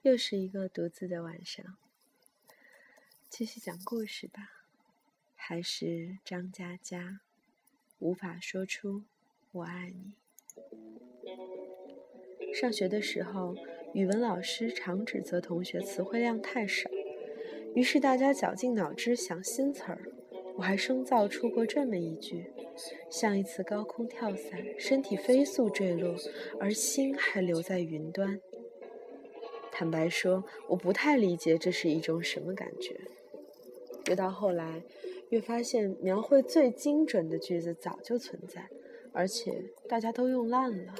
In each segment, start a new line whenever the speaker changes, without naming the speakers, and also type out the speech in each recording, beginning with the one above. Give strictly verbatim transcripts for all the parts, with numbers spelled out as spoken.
又是一个独自的晚上，继续讲故事吧。还是张嘉佳，无法说出我爱你。上学的时候，语文老师常指责同学词汇量太少，于是大家绞尽脑汁想新词儿。我还生造出过这么一句：像一次高空跳伞，身体飞速坠落，而心还留在云端。坦白说，我不太理解这是一种什么感觉。越到后来，越发现描绘最精准的句子早就存在，而且大家都用烂了。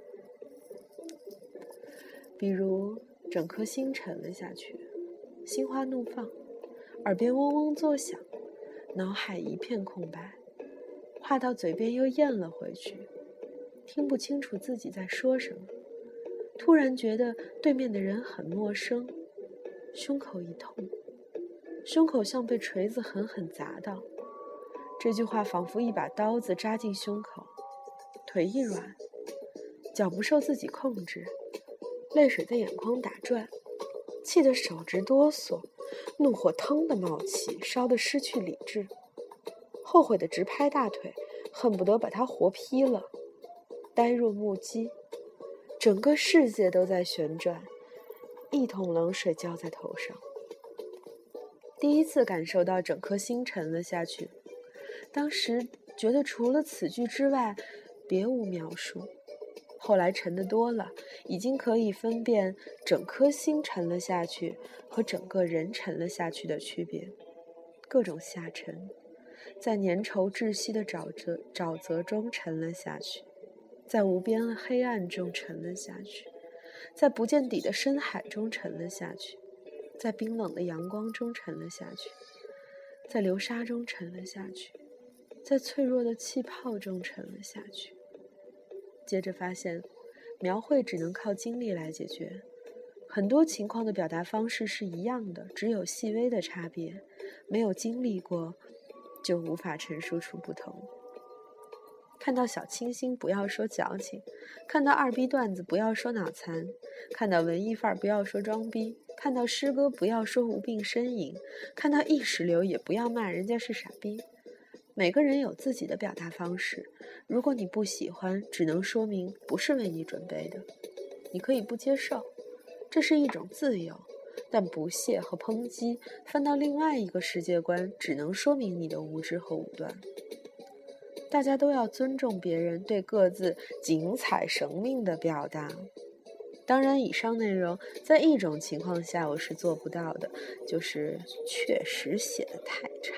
比如整颗心沉了下去，心花怒放，耳边嗡嗡作响，脑海一片空白，话到嘴边又咽了回去，听不清楚自己在说什么，突然觉得对面的人很陌生，胸口一痛，胸口像被锤子狠狠砸到，这句话仿佛一把刀子扎进胸口，腿一软，脚不受自己控制，泪水在眼眶打转，气得手直哆嗦，怒火腾地冒起，烧得失去理智，后悔的直拍大腿，恨不得把他活劈了，呆若木鸡，整个世界都在旋转，一桶冷水浇在头上。第一次感受到整颗心沉了下去，当时觉得除了此句之外别无描述，后来沉得多了，已经可以分辨整颗心沉了下去和整个人沉了下去的区别。各种下沉，在粘稠窒息的沼泽沼泽中沉了下去，在无边的黑暗中沉了下去，在不见底的深海中沉了下去，在冰冷的阳光中沉了下去，在流沙中沉了下去，在脆弱的气泡中沉了下去。接着发现，描绘只能靠经历来解决，很多情况的表达方式是一样的，只有细微的差别，没有经历过就无法陈述出不同。看到小清新不要说矫情，看到二逼段子不要说脑残，看到文艺范儿不要说装逼，看到诗歌不要说无病呻吟，看到意识流也不要骂人家是傻逼。每个人有自己的表达方式，如果你不喜欢，只能说明不是为你准备的。你可以不接受，这是一种自由，但不屑和抨击翻到另外一个世界观，只能说明你的无知和武断。大家都要尊重别人对各自精彩生命的表达。当然，以上内容在一种情况下我是做不到的，就是确实写得太差。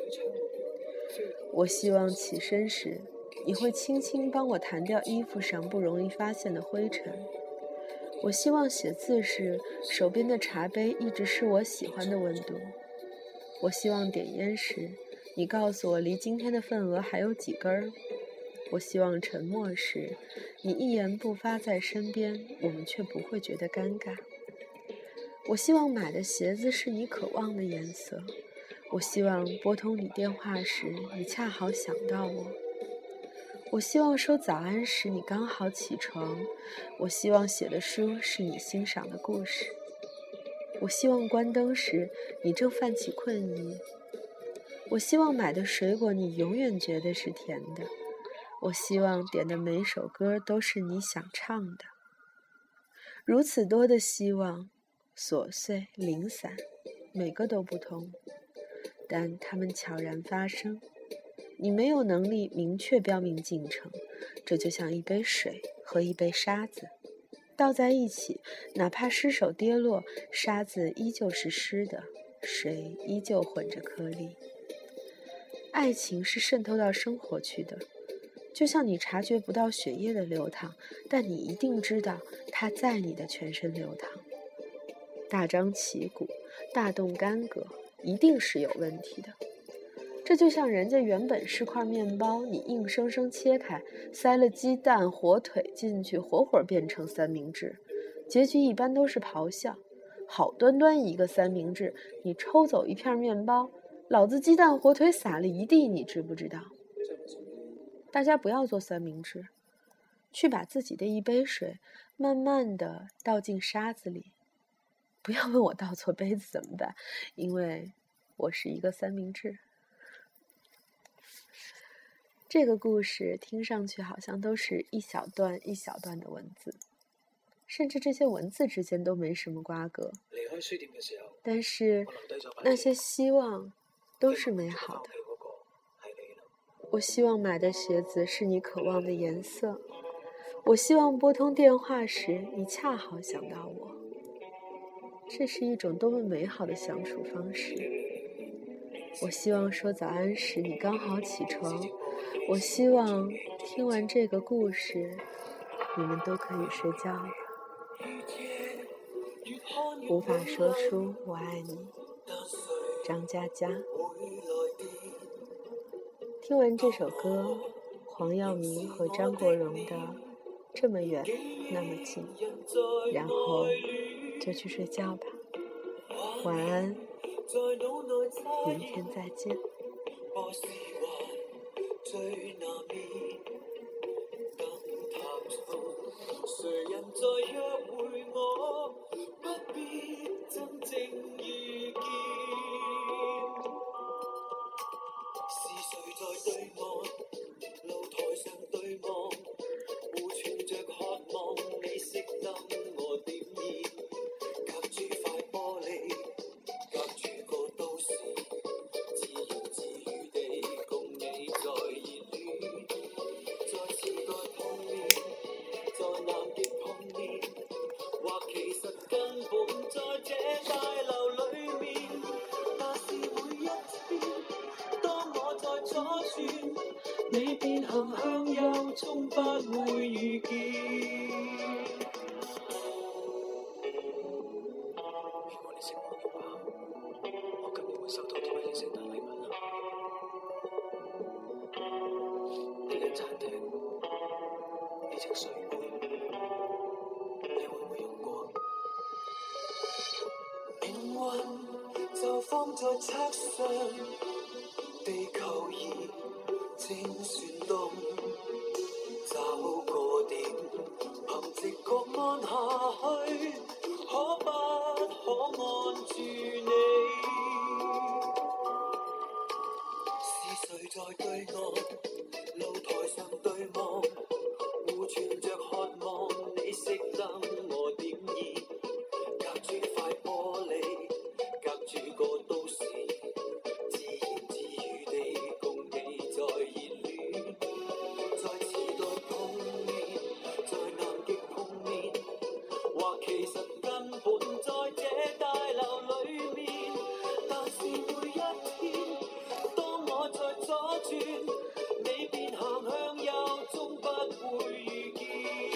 我希望起身时，你会轻轻帮我弹掉衣服上不容易发现的灰尘。我希望写字时，手边的茶杯一直是我喜欢的温度。我希望点烟时，你告诉我离今天的份额还有几根儿。我希望沉默时，你一言不发在身边，我们却不会觉得尴尬。我希望买的鞋子是你渴望的颜色。我希望拨通你电话时，你恰好想到我。我希望说早安时，你刚好起床。我希望写的书是你欣赏的故事。我希望关灯时，你正泛起困意。我希望买的水果你永远觉得是甜的。我希望点的每首歌都是你想唱的。如此多的希望，琐碎零散，每个都不同，但它们悄然发生。你没有能力明确标明进程，这就像一杯水和一杯沙子，倒在一起，哪怕失手跌落，沙子依旧是湿的，水依旧混着颗粒。爱情是渗透到生活去的，就像你察觉不到血液的流淌，但你一定知道它在你的全身流淌。大张旗鼓，大动干戈，一定是有问题的。这就像人家原本是块面包，你硬生生切开，塞了鸡蛋、火腿进去，活活变成三明治，结局一般都是咆哮。好端端一个三明治，你抽走一片面包，老子鸡蛋火腿撒了一地，你知不知道？大家不要做三明治，去把自己的一杯水慢慢地倒进沙子里， 不要问我倒错杯子怎么办，因为我是一个三明治。这个故事听上去好像都是一小段一小段的文字，甚至这些文字之间都没什么瓜葛，但是那些希望都是美好的。我希望买的鞋子是你渴望的颜色，我希望拨通电话时你恰好想到我。这是一种多么美好的相处方式。我希望说早安时你刚好起床，我希望听完这个故事你们都可以睡觉了。无法说出我爱你，张嘉佳。听完这首歌，黄耀明和张国荣的《这么远那么近》，然后就去睡觉吧。晚安，明天再见。谁人在约會我，不必真正遇見。是誰在對岸，露台上對望，互存着渴望，你熄燈我點燃，隔住塊玻璃，隔住個都市，自言自語地共你在熱戀，再次再碰面。在南極碰面，或其實根本在這大樓裡面，但是每一天，當我在左轉，你便行向右，終不會遇見。如果你識我嘅話，我今年會收到啲乜嘢聖誕禮物啊？呢間餐廳，呢隻水杯。你會唔會用過？命運就放在冊上，地球儀正旋動，找個點，憑直覺按下去，可不可按住你？是誰在對岸，露台上對望，互存着渴望，你熄燈我點燃，隔住塊玻璃，隔住個都市，自言自語地共你在熱戀，再次再碰面，在南極碰面，或其實根本在這大樓裡面，但是每一天，當我在左轉，你便行向右，終不會遇見。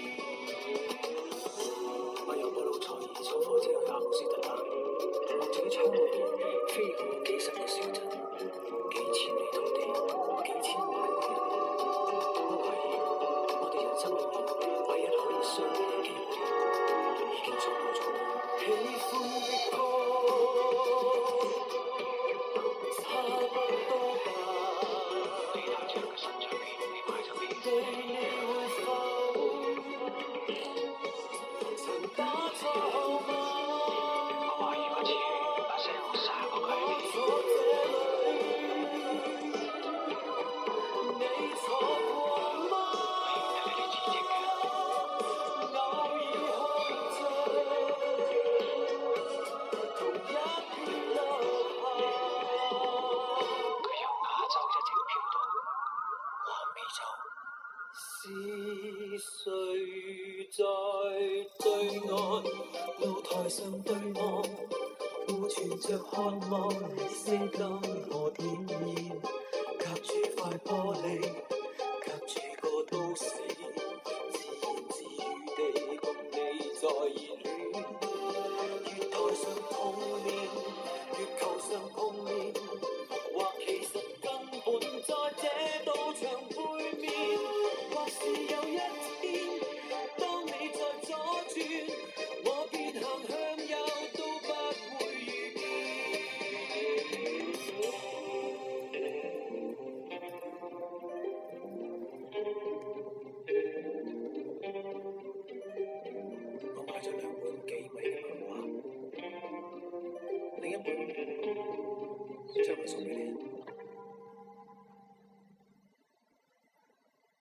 我由布魯塞爾坐火車去阿姆斯特丹，望住啲窗外邊飛過幾十個小鎮，幾千里土地，幾千萬個人。我懷疑我哋人生裏面唯一可以相遇嘅機會，已經錯過咗。喜歡的歌差不多吧，你彈唱嘅新唱片你買咗未？對你會否曾打錯號碼？我懷疑嗰次把聲好沙過佢喺你。我坐這裏，你坐過嗎？我認得你啲字跡嘅。偶爾看着同一片落霞，佢由亞洲一直飄到南美洲。是誰在對岸，露台上對望，互存着渴望，你熄燈我點燃，隔住塊玻璃，隔住個都市，自言自語地共你在熱戀，月台上碰面，月球上碰面，或其實根本在這道牆背面，或是有一天，當你在左轉，我便行向右，都不會遇見。我買咗兩本幾米嘅漫畫。
眼门，这样会说没脸。